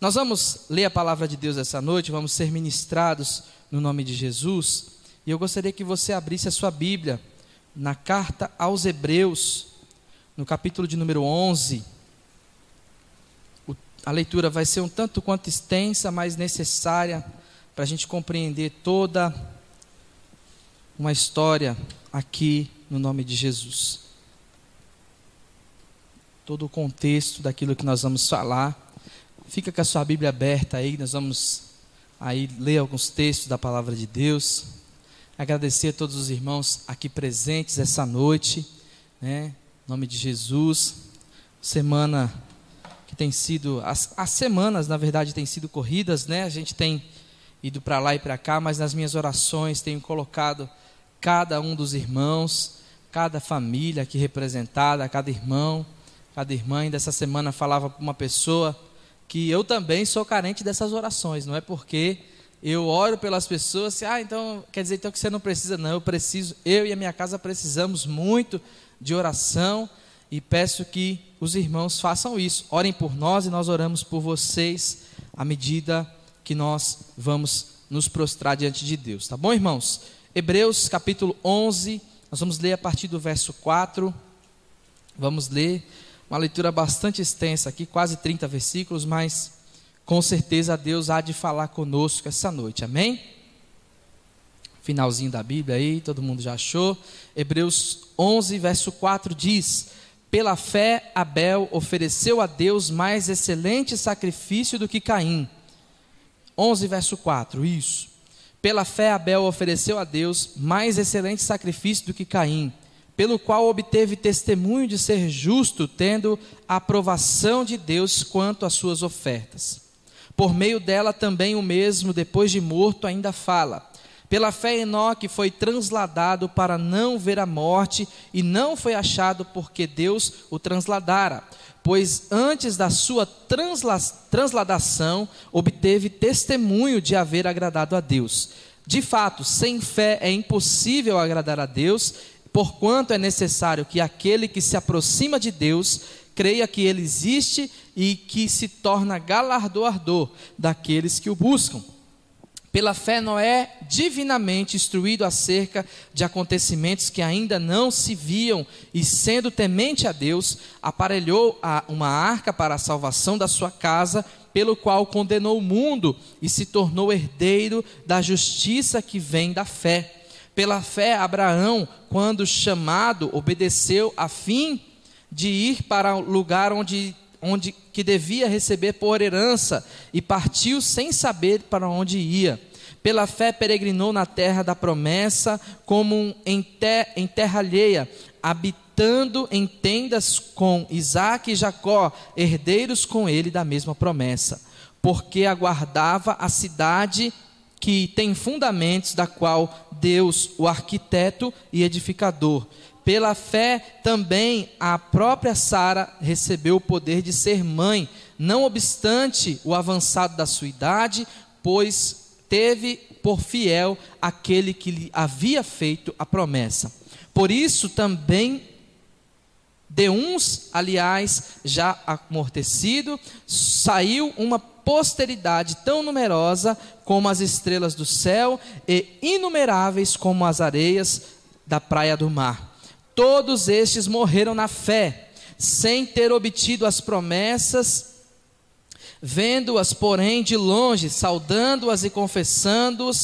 Nós vamos ler a palavra de Deus essa noite, vamos ser ministrados no nome de Jesus. E eu gostaria que você abrisse a sua Bíblia na carta aos Hebreus, no capítulo de número 11. A leitura vai ser um tanto quanto extensa, mas necessária para a gente compreender toda uma história aqui no nome de Jesus. Todo o contexto daquilo que nós vamos falar. Fica com a sua Bíblia aberta aí, nós vamos aí ler alguns textos da palavra de Deus. Agradecer a todos os irmãos aqui presentes essa noite, né? Em nome de Jesus. Semana que tem sido, as semanas na verdade têm sido corridas, né? A gente tem ido para lá e para cá, mas nas minhas orações tenho colocado cada um dos irmãos, cada família aqui representada, cada irmão, cada irmã. E dessa semana falava para uma pessoa que eu também sou carente dessas orações. Não é porque eu oro pelas pessoas, então quer dizer então que você não precisa. Não, eu preciso, eu e a minha casa precisamos muito de oração, e peço que os irmãos façam isso, orem por nós e nós oramos por vocês, à medida que nós vamos nos prostrar diante de Deus, tá bom, irmãos? Hebreus capítulo 11, nós vamos ler a partir do verso 4, vamos ler uma leitura bastante extensa aqui, quase 30 versículos, mas com certeza Deus há de falar conosco essa noite, amém? Finalzinho da Bíblia aí, todo mundo já achou? Hebreus 11, verso 4 diz: pela fé Abel ofereceu a Deus mais excelente sacrifício do que Caim. 11, verso 4, isso. Pela fé Abel ofereceu a Deus mais excelente sacrifício do que Caim, pelo qual obteve testemunho de ser justo, tendo a aprovação de Deus quanto às suas ofertas. Por meio dela também o mesmo, depois de morto, ainda fala. Pela fé Enoque foi transladado para não ver a morte, e não foi achado porque Deus o transladara, pois antes da sua transladação obteve testemunho de haver agradado a Deus. De fato, sem fé é impossível agradar a Deus, porquanto é necessário que aquele que se aproxima de Deus creia que Ele existe e que se torna galardoador daqueles que o buscam. Pela fé Noé, divinamente instruído acerca de acontecimentos que ainda não se viam, e sendo temente a Deus, aparelhou uma arca para a salvação da sua casa, pelo qual condenou o mundo e se tornou herdeiro da justiça que vem da fé. Pela fé Abraão, quando chamado, obedeceu a fim de ir para o lugar onde que devia receber por herança, e partiu sem saber para onde ia. Pela fé peregrinou na terra da promessa, como em terra alheia, habitando em tendas com Isaque e Jacó, herdeiros com ele da mesma promessa, porque aguardava a cidade que tem fundamentos, da qual Deus, o arquiteto e edificador. Pela fé também a própria Sara recebeu o poder de ser mãe, não obstante o avançado da sua idade, pois teve por fiel aquele que lhe havia feito a promessa. Por isso também de uns, aliás, já amortecido, saiu uma posteridade tão numerosa como as estrelas do céu e inumeráveis como as areias da praia do mar. Todos estes morreram na fé, sem ter obtido as promessas, vendo-as, porém, de longe, saudando-as e confessando-os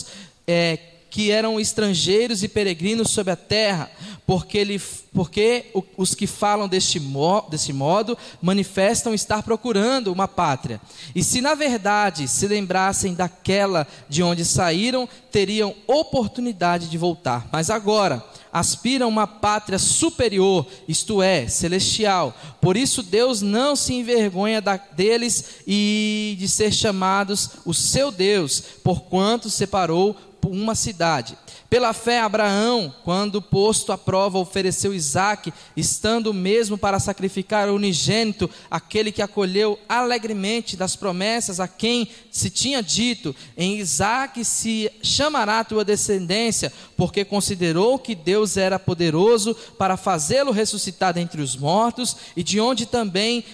que eram estrangeiros e peregrinos sobre a terra, porque os que falam deste modo manifestam estar procurando uma pátria. E se na verdade se lembrassem daquela de onde saíram, teriam oportunidade de voltar. Mas agora aspiram uma pátria superior, isto é, celestial. Por isso Deus não se envergonha deles e de ser chamados o seu Deus, porquanto separou uma cidade. Pela fé Abraão, quando posto à prova, ofereceu Isaque, estando mesmo para sacrificar o unigênito, aquele que acolheu alegremente das promessas, a quem se tinha dito: em Isaque se chamará a tua descendência, porque considerou que Deus era poderoso para fazê-lo ressuscitar dentre os mortos, e de onde também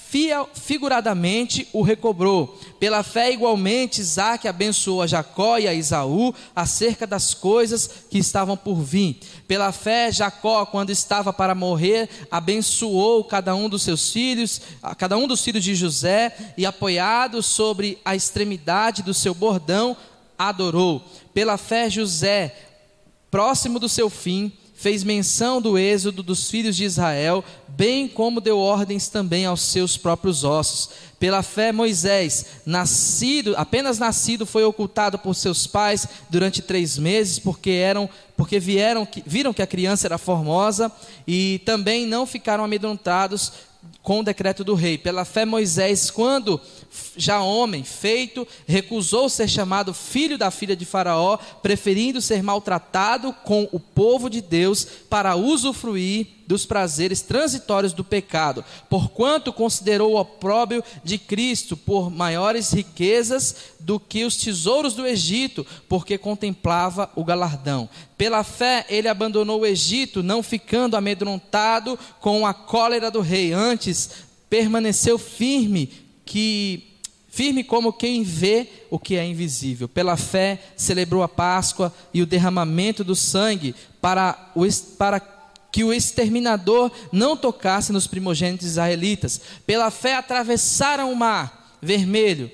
figuradamente o recobrou. Pela fé, igualmente, Isaque abençoou a Jacó e a Esaú acerca das coisas que estavam por vir. Pela fé, Jacó, quando estava para morrer, abençoou cada um dos filhos de José, e apoiado sobre a extremidade do seu bordão, adorou. Pela fé, José, próximo do seu fim, fez menção do êxodo dos filhos de Israel, bem como deu ordens também aos seus próprios ossos. Pela fé, Moisés, apenas nascido, foi ocultado por seus pais durante 3 meses, porque viram que a criança era formosa, e também não ficaram amedrontados com o decreto do rei. Pela fé, Moisés, quando já homem feito, recusou ser chamado filho da filha de Faraó, preferindo ser maltratado com o povo de Deus para usufruir dos prazeres transitórios do pecado, porquanto considerou o opróbrio de Cristo por maiores riquezas do que os tesouros do Egito, porque contemplava o galardão. Pela fé ele abandonou o Egito, não ficando amedrontado com a cólera do rei, antes permaneceu firme como quem vê o que é invisível. Pela fé celebrou a Páscoa e o derramamento do sangue para que o exterminador não tocasse nos primogênitos israelitas. Pela fé atravessaram o mar Vermelho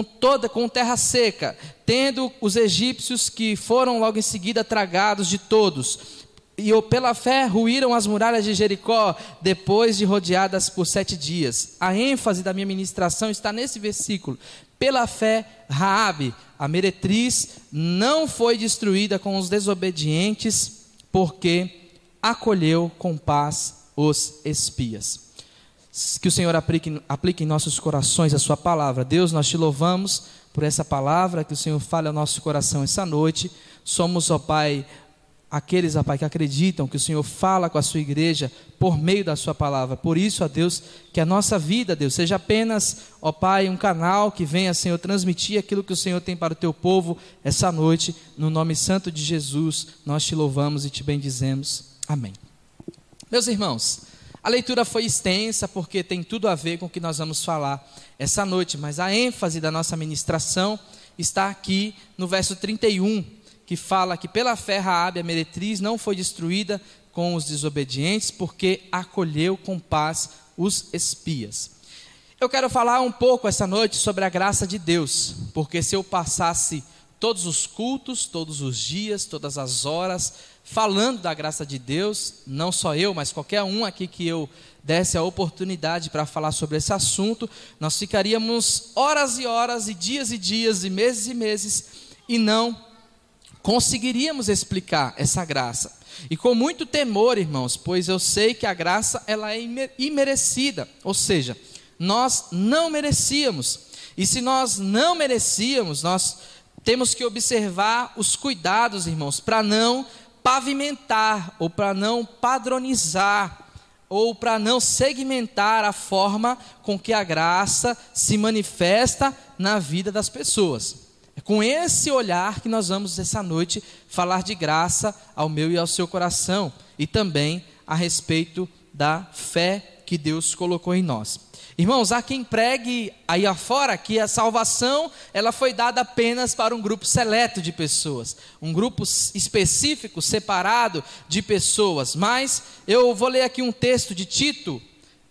com terra seca, tendo os egípcios, que foram logo em seguida tragados de todos. E pela fé ruíram as muralhas de Jericó, depois de rodeadas por 7 dias. A ênfase da minha ministração está nesse versículo. Pela fé, Raabe, a meretriz, não foi destruída com os desobedientes, porque acolheu com paz os espias. Que o Senhor aplique em nossos corações a sua palavra. Deus, nós te louvamos por essa palavra, que o Senhor fale ao nosso coração essa noite. Somos, ó Pai, aqueles, ó Pai, que acreditam que o Senhor fala com a sua igreja por meio da sua palavra. Por isso, ó Deus, que a nossa vida, Deus, seja apenas, ó Pai, um canal que venha, Senhor, transmitir aquilo que o Senhor tem para o teu povo essa noite. No nome santo de Jesus, nós te louvamos e te bendizemos. Amém. Meus irmãos, a leitura foi extensa porque tem tudo a ver com o que nós vamos falar essa noite, mas a ênfase da nossa ministração está aqui no verso 31, que fala que pela fé Raabe, a meretriz, não foi destruída com os desobedientes, porque acolheu com paz os espias. Eu quero falar um pouco essa noite sobre a graça de Deus, porque se eu passasse todos os cultos, todos os dias, todas as horas, falando da graça de Deus, não só eu, mas qualquer um aqui que eu desse a oportunidade para falar sobre esse assunto, nós ficaríamos horas e horas, e dias, e meses, e não conseguiríamos explicar essa graça. E com muito temor, irmãos, pois eu sei que a graça ela é imerecida, ou seja, nós não merecíamos, e se nós não merecíamos, nós temos que observar os cuidados, irmãos, para não pavimentar, ou para não padronizar, ou para não segmentar a forma com que a graça se manifesta na vida das pessoas. É com esse olhar que nós vamos essa noite falar de graça ao meu e ao seu coração, e também a respeito da fé que Deus colocou em nós. Irmãos, há quem pregue aí afora que a salvação ela foi dada apenas para um grupo seleto de pessoas, um grupo específico, separado de pessoas. Mas eu vou ler aqui um texto de Tito,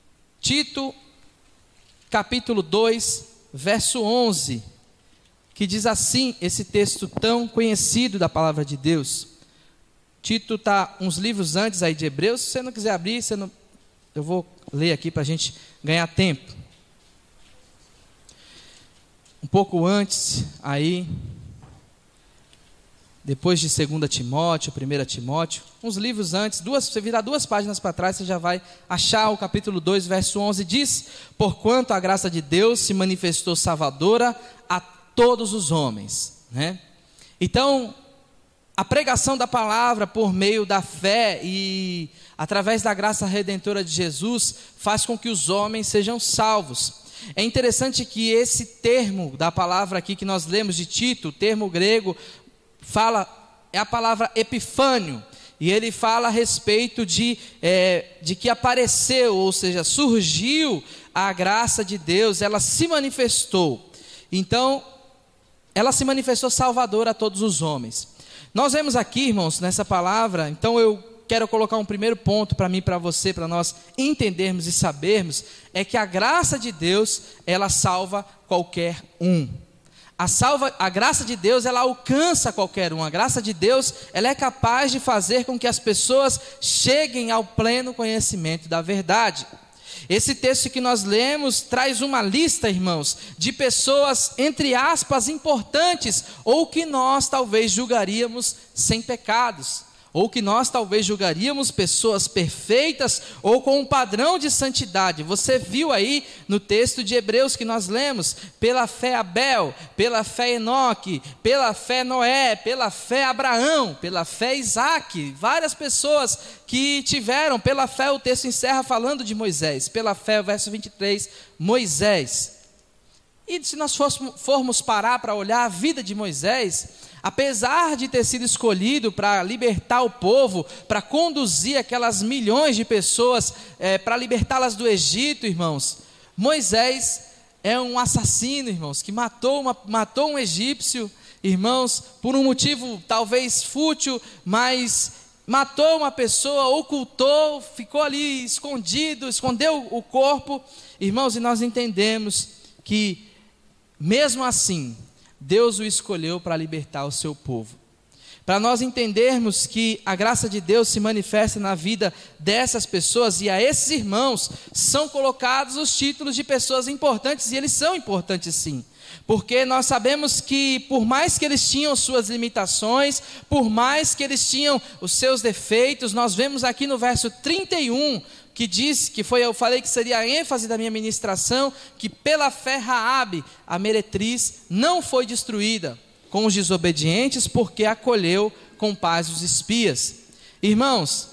capítulo 2, verso 11, que diz assim, esse texto tão conhecido da palavra de Deus. Tito está uns livros antes aí de Hebreus. Se você não quiser abrir, eu vou ler aqui para a gente ganhar tempo. Um pouco antes, aí, depois de 2 Timóteo, 1 Timóteo, uns livros antes, você virar 2 páginas para trás, você já vai achar o capítulo 2, verso 11, diz: porquanto a graça de Deus se manifestou salvadora a todos os homens, né? Então, a pregação da palavra por meio da fé e através da graça redentora de Jesus faz com que os homens sejam salvos. É interessante que esse termo da palavra aqui que nós lemos de Tito, o termo grego, é a palavra epifânio, e ele fala a respeito de que apareceu, ou seja, surgiu a graça de Deus, ela se manifestou. Então, ela se manifestou salvadora a todos os homens. Nós vemos aqui, irmãos, nessa palavra, então eu quero colocar um primeiro ponto para mim, para você, para nós entendermos e sabermos, é que a graça de Deus, ela salva qualquer um. A graça de Deus, ela alcança qualquer um. A graça de Deus, ela é capaz de fazer com que as pessoas cheguem ao pleno conhecimento da verdade. Esse texto que nós lemos traz uma lista, irmãos, de pessoas, entre aspas, importantes, ou que nós talvez julgaríamos sem pecados, ou que nós talvez julgaríamos pessoas perfeitas, ou com um padrão de santidade. Você viu aí no texto de Hebreus que nós lemos, pela fé Abel, pela fé Enoque, pela fé Noé, pela fé Abraão, pela fé Isaque, várias pessoas que tiveram, pela fé o texto encerra falando de Moisés, pela fé, o verso 23, Moisés. E se nós formos parar para olhar a vida de Moisés, apesar de ter sido escolhido para libertar o povo, para conduzir aquelas milhões de pessoas, para libertá-las do Egito, irmãos, Moisés é um assassino, irmãos, que matou um egípcio, irmãos, por um motivo talvez fútil, mas matou uma pessoa, ocultou, ficou ali escondido, escondeu o corpo, irmãos, e nós entendemos que, mesmo assim, Deus o escolheu para libertar o seu povo. Para nós entendermos que a graça de Deus se manifesta na vida dessas pessoas, e a esses irmãos são colocados os títulos de pessoas importantes, e eles são importantes sim. Porque nós sabemos que por mais que eles tinham suas limitações, por mais que eles tinham os seus defeitos, nós vemos aqui no verso 31, que diz, eu falei que seria a ênfase da minha ministração, que pela fé Raabe, a meretriz, não foi destruída com os desobedientes, porque acolheu com paz os espias. Irmãos,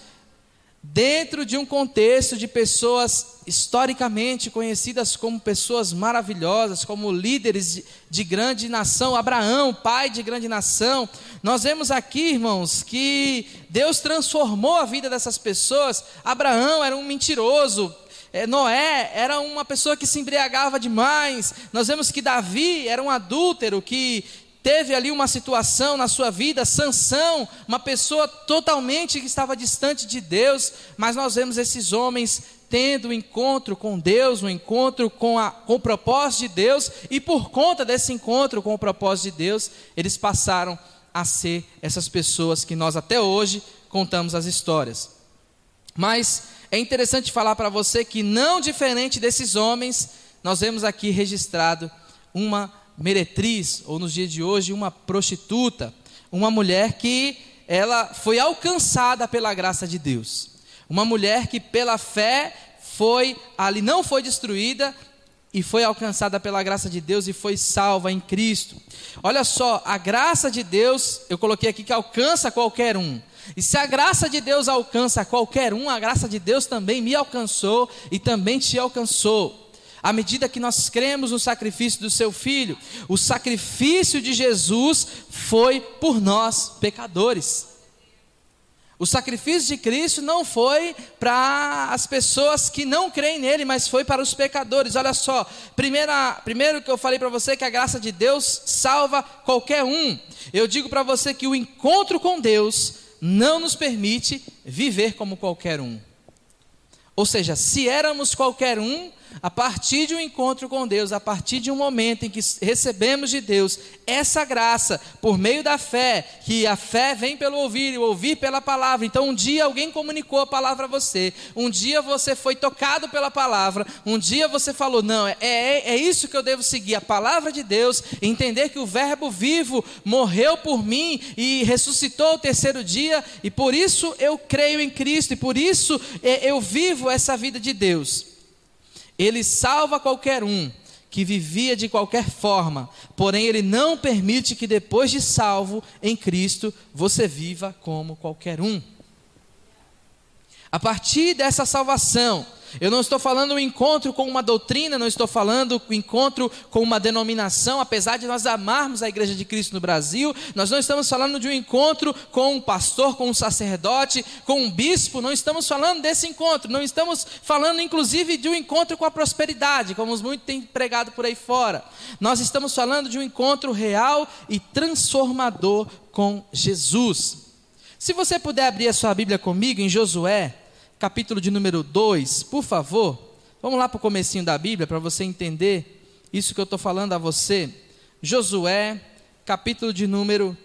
dentro de um contexto de pessoas historicamente conhecidas como pessoas maravilhosas, como líderes de grande nação, Abraão, pai de grande nação, nós vemos aqui, irmãos, que Deus transformou a vida dessas pessoas. Abraão era um mentiroso, Noé era uma pessoa que se embriagava demais, nós vemos que Davi era um adúltero, que teve ali uma situação na sua vida, Sansão, uma pessoa totalmente que estava distante de Deus, mas nós vemos esses homens tendo um encontro com Deus, um encontro com o propósito de Deus, e por conta desse encontro com o propósito de Deus, eles passaram a ser essas pessoas que nós até hoje contamos as histórias. Mas é interessante falar para você que, não diferente desses homens, nós vemos aqui registrado uma meretriz, ou nos dias de hoje, uma prostituta, uma mulher que ela foi alcançada pela graça de Deus, uma mulher que pela fé não foi destruída, e foi alcançada pela graça de Deus e foi salva em Cristo. Olha só, a graça de Deus, eu coloquei aqui que alcança qualquer um, e se a graça de Deus alcança qualquer um, a graça de Deus também me alcançou e também te alcançou. À medida que nós cremos no sacrifício do seu Filho, o sacrifício de Jesus foi por nós, pecadores. O sacrifício de Cristo não foi para as pessoas que não creem nele, mas foi para os pecadores. Olha só, primeiro que eu falei para você, que a graça de Deus salva qualquer um. Eu digo para você que o encontro com Deus não nos permite viver como qualquer um. Ou seja, se éramos qualquer um, a partir de um encontro com Deus, a partir de um momento em que recebemos de Deus essa graça, por meio da fé, que a fé vem pelo ouvir e o ouvir pela palavra. Então um dia alguém comunicou a palavra a você, um dia você foi tocado pela palavra, um dia você falou, não, é isso que eu devo seguir, a palavra de Deus, entender que o verbo vivo morreu por mim e ressuscitou ao terceiro dia, e por isso eu creio em Cristo, e por isso eu vivo essa vida de Deus. Ele salva qualquer um que vivia de qualquer forma, porém Ele não permite que depois de salvo em Cristo, você viva como qualquer um. A partir dessa salvação, Eu não estou falando um encontro com uma doutrina, não estou falando um encontro com uma denominação, apesar de nós amarmos a Igreja de Cristo no Brasil, nós não estamos falando de um encontro com um pastor, com um sacerdote, com um bispo, não estamos falando desse encontro, não estamos falando inclusive de um encontro com a prosperidade, como muitos têm pregado por aí fora. Nós estamos falando de um encontro real e transformador com Jesus. Se você puder abrir a sua Bíblia comigo em Josué, capítulo de número 2, por favor. Vamos lá para o comecinho da Bíblia, para você entender isso que eu estou falando a você. Josué, capítulo de número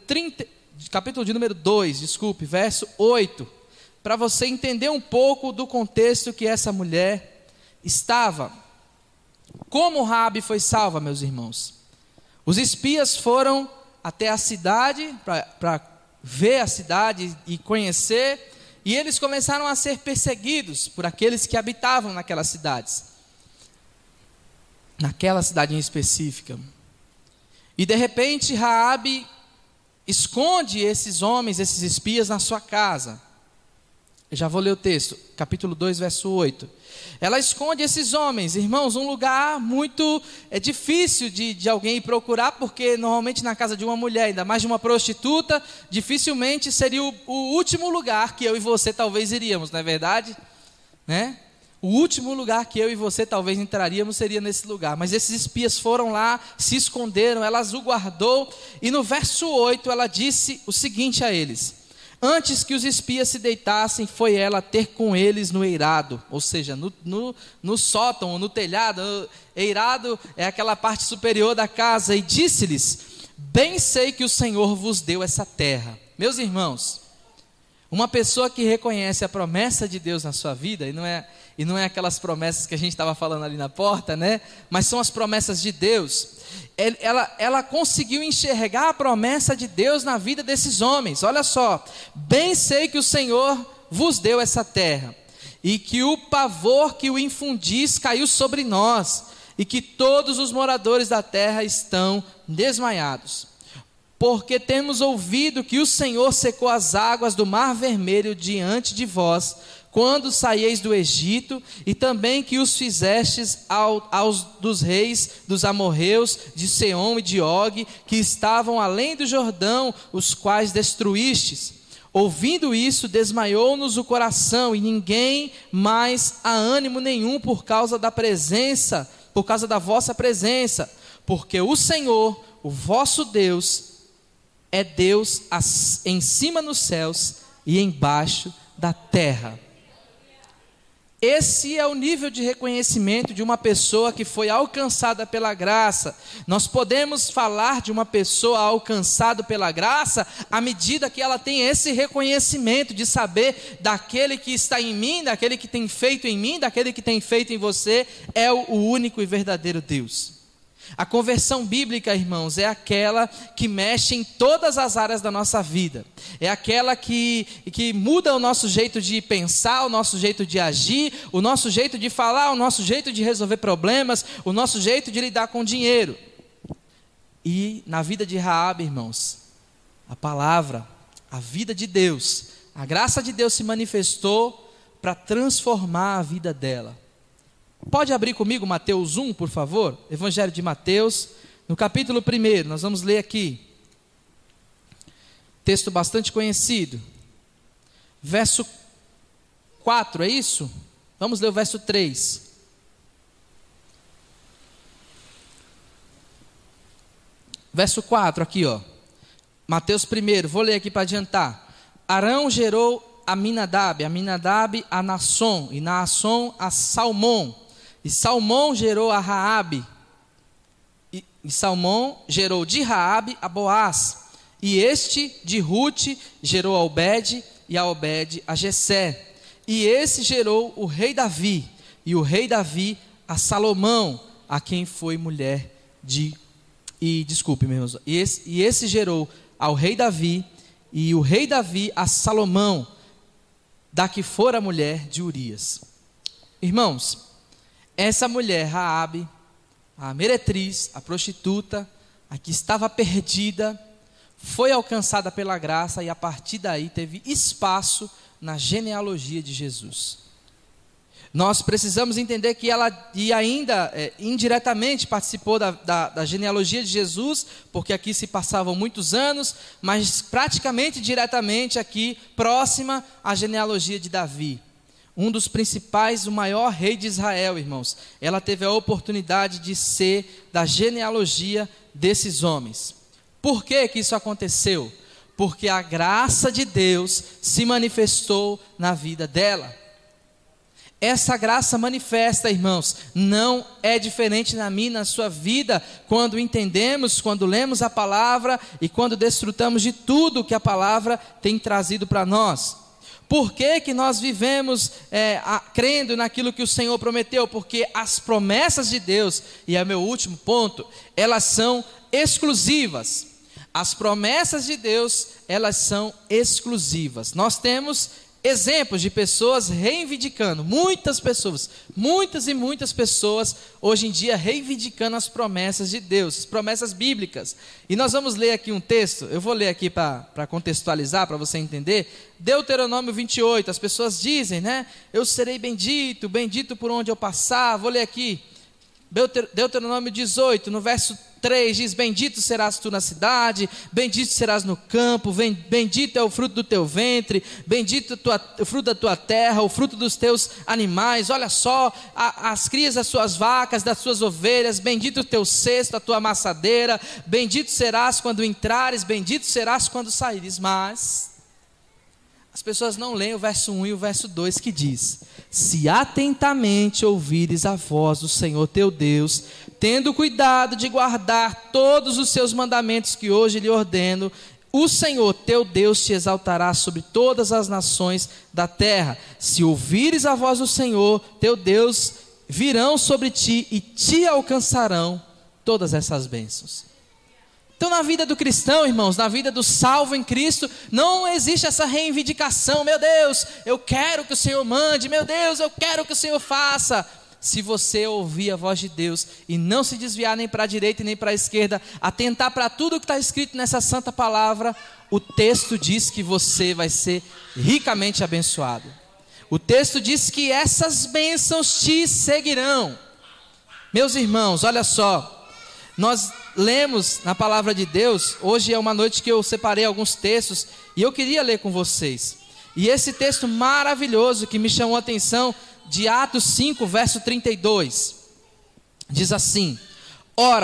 2, verso 8. Para você entender um pouco do contexto que essa mulher estava. Como Raabe foi salva, meus irmãos? Os espias foram até a cidade, para ver a cidade e conhecer, e eles começaram a ser perseguidos por aqueles que habitavam naquelas cidades, naquela cidade em específica. E de repente Raabe esconde esses homens, esses espias na sua casa. Eu já vou ler o texto, capítulo 2, verso 8. Ela esconde esses homens, irmãos, um lugar muito difícil de alguém ir procurar, porque normalmente na casa de uma mulher, ainda mais de uma prostituta, dificilmente seria o último lugar que eu e você talvez iríamos, não é verdade? Né? O último lugar que eu e você talvez entraríamos seria nesse lugar. Mas esses espias foram lá, se esconderam, ela os guardou, e no verso 8 ela disse o seguinte a eles: antes que os espias se deitassem, foi ela ter com eles no eirado, ou seja, no sótão, no telhado. Eirado é aquela parte superior da casa, e disse-lhes: bem sei que o Senhor vos deu essa terra. Meus irmãos, uma pessoa que reconhece a promessa de Deus na sua vida, e não é aquelas promessas que a gente estava falando ali na porta, né? Mas são as promessas de Deus. Ela conseguiu enxergar a promessa de Deus na vida desses homens. Olha só: bem sei que o Senhor vos deu essa terra, e que o pavor que o infundis caiu sobre nós, e que todos os moradores da terra estão desmaiados. Porque temos ouvido que o Senhor secou as águas do Mar Vermelho diante de vós, quando saíeis do Egito, e também que os fizestes aos dos reis dos amorreus, de Seom e de Og, que estavam além do Jordão, os quais destruístes. Ouvindo isso, desmaiou-nos o coração, e ninguém mais há ânimo nenhum por causa da vossa presença, porque o Senhor, o vosso Deus, é Deus em cima nos céus e embaixo da terra. Esse é o nível de reconhecimento de uma pessoa que foi alcançada pela graça. Nós podemos falar de uma pessoa alcançada pela graça à medida que ela tem esse reconhecimento de saber daquele que está em mim, daquele que tem feito em mim, daquele que tem feito em você, é o único e verdadeiro Deus. A conversão bíblica, irmãos, é aquela que mexe em todas as áreas da nossa vida. É aquela que muda o nosso jeito de pensar, o nosso jeito de agir, o nosso jeito de falar, o nosso jeito de resolver problemas, o nosso jeito de lidar com dinheiro. E na vida de Raabe, irmãos, a palavra, a vida de Deus, a graça de Deus se manifestou para transformar a vida dela. Pode abrir comigo Mateus 1, por favor? Evangelho de Mateus, no capítulo 1, nós vamos ler aqui. Texto bastante conhecido. Verso 4, é isso? Vamos ler o verso 3. Verso 4, aqui ó. Mateus 1, vou ler aqui para adiantar. Arão gerou Aminadab a Naasson, e Naasson a Salmão. E Salmão gerou a Raabe, e Salmão gerou de Raabe a Boaz, e este de Rute gerou a Obed, e a Obed a Jessé, e esse gerou o rei Davi, e o rei Davi a Salomão, a quem foi mulher de... desculpe, meus irmãos, e esse gerou ao rei Davi, e o rei Davi a Salomão, da que fora mulher de Urias. Irmãos, essa mulher, Raabe, a meretriz, a prostituta, a que estava perdida, foi alcançada pela graça, e a partir daí teve espaço na genealogia de Jesus. Nós precisamos entender que ela e ainda indiretamente participou da genealogia de Jesus, porque aqui se passavam muitos anos, mas praticamente diretamente aqui, próxima à genealogia de Davi. Um dos principais, o maior rei de Israel, irmãos. Ela teve a oportunidade de ser da genealogia desses homens. Por que que isso aconteceu? Porque a graça de Deus se manifestou na vida dela. Essa graça manifesta, irmãos, não é diferente na minha e na sua vida, quando entendemos, quando lemos a palavra e quando desfrutamos de tudo que a palavra tem trazido para nós. Por que que nós vivemos crendo naquilo que o Senhor prometeu? Porque as promessas de Deus, e é o meu último ponto, elas são exclusivas. As promessas de Deus, elas são exclusivas. Nós temos exemplos de pessoas reivindicando, muitas e muitas pessoas hoje em dia reivindicando as promessas de Deus, as promessas bíblicas. E nós vamos ler aqui um texto, eu vou ler aqui para contextualizar, para você entender. Deuteronômio 28, as pessoas dizem, né? Eu serei bendito, bendito por onde eu passar. Vou ler aqui, Deuteronômio 18, no verso 3 diz: bendito serás tu na cidade, bendito serás no campo, bendito é o fruto do teu ventre, bendito o fruto da tua terra, o fruto dos teus animais. Olha só, as crias das suas vacas, das suas ovelhas, bendito o teu cesto, a tua amassadeira, bendito serás quando entrares, bendito serás quando saíres. Mas as pessoas não leem o verso 1 e o verso 2 que diz: se atentamente ouvires a voz do Senhor teu Deus, tendo cuidado de guardar todos os seus mandamentos que hoje lhe ordeno, o Senhor teu Deus te exaltará sobre todas as nações da terra. Se ouvires a voz do Senhor teu Deus, virão sobre ti e te alcançarão todas essas bênçãos. Então, na vida do cristão, irmãos, na vida do salvo em Cristo, não existe essa reivindicação: meu Deus, eu quero que o Senhor mande, meu Deus, eu quero que o Senhor faça. Se você ouvir a voz de Deus e não se desviar nem para a direita e nem para a esquerda, atentar para tudo que está escrito nessa santa palavra, o texto diz que você vai ser ricamente abençoado. O texto diz que essas bênçãos te seguirão. Meus irmãos, olha só, nós lemos na palavra de Deus. Hoje é uma noite que eu separei alguns textos e eu queria ler com vocês. E esse texto maravilhoso que me chamou a atenção, de Atos 5, verso 32, diz assim: ora,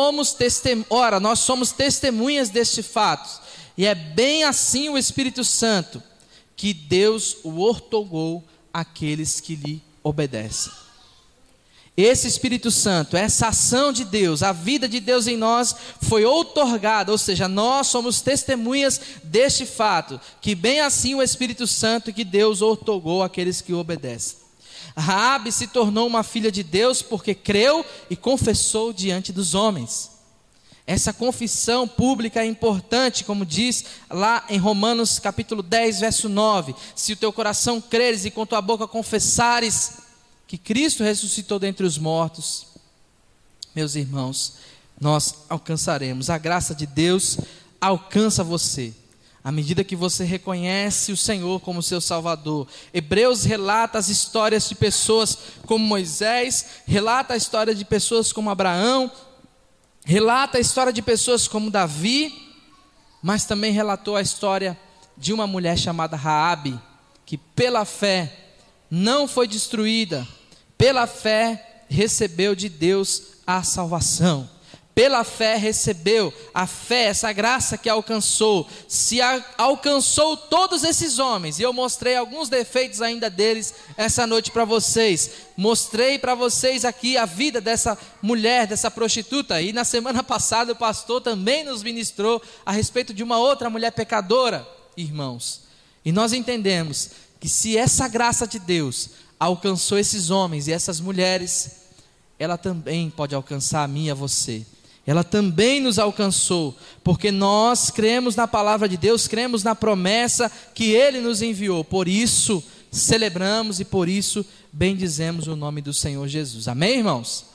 nós somos testemunhas deste fato, e é bem assim o Espírito Santo, que Deus o outorgou àqueles que lhe obedecem. Esse Espírito Santo, essa ação de Deus, a vida de Deus em nós foi outorgada, ou seja, nós somos testemunhas deste fato, que bem assim o Espírito Santo que Deus outorgou àqueles que o obedecem. Raabe se tornou uma filha de Deus porque creu e confessou diante dos homens. Essa confissão pública é importante, como diz lá em Romanos capítulo 10, verso 9. Se o teu coração creres e com tua boca confessares que Cristo ressuscitou dentre os mortos, meus irmãos, nós alcançaremos. A graça de Deus alcança você à medida que você reconhece o Senhor como seu Salvador. Hebreus relata as histórias de pessoas como Moisés, relata a história de pessoas como Abraão, relata a história de pessoas como Davi, mas também relatou a história de uma mulher chamada Raabe, que pela fé não foi destruída, pela fé recebeu de Deus a salvação. Pela fé recebeu, a fé, essa graça que alcançou, alcançou todos esses homens. E eu mostrei alguns defeitos ainda deles essa noite para vocês. Mostrei para vocês aqui a vida dessa mulher, dessa prostituta. E na semana passada o pastor também nos ministrou a respeito de uma outra mulher pecadora, irmãos. E nós entendemos que se essa graça de Deus alcançou esses homens e essas mulheres, ela também pode alcançar a mim e a você. Ela também nos alcançou, porque nós cremos na palavra de Deus, cremos na promessa que Ele nos enviou. Por isso celebramos e por isso bendizemos o nome do Senhor Jesus. Amém, irmãos?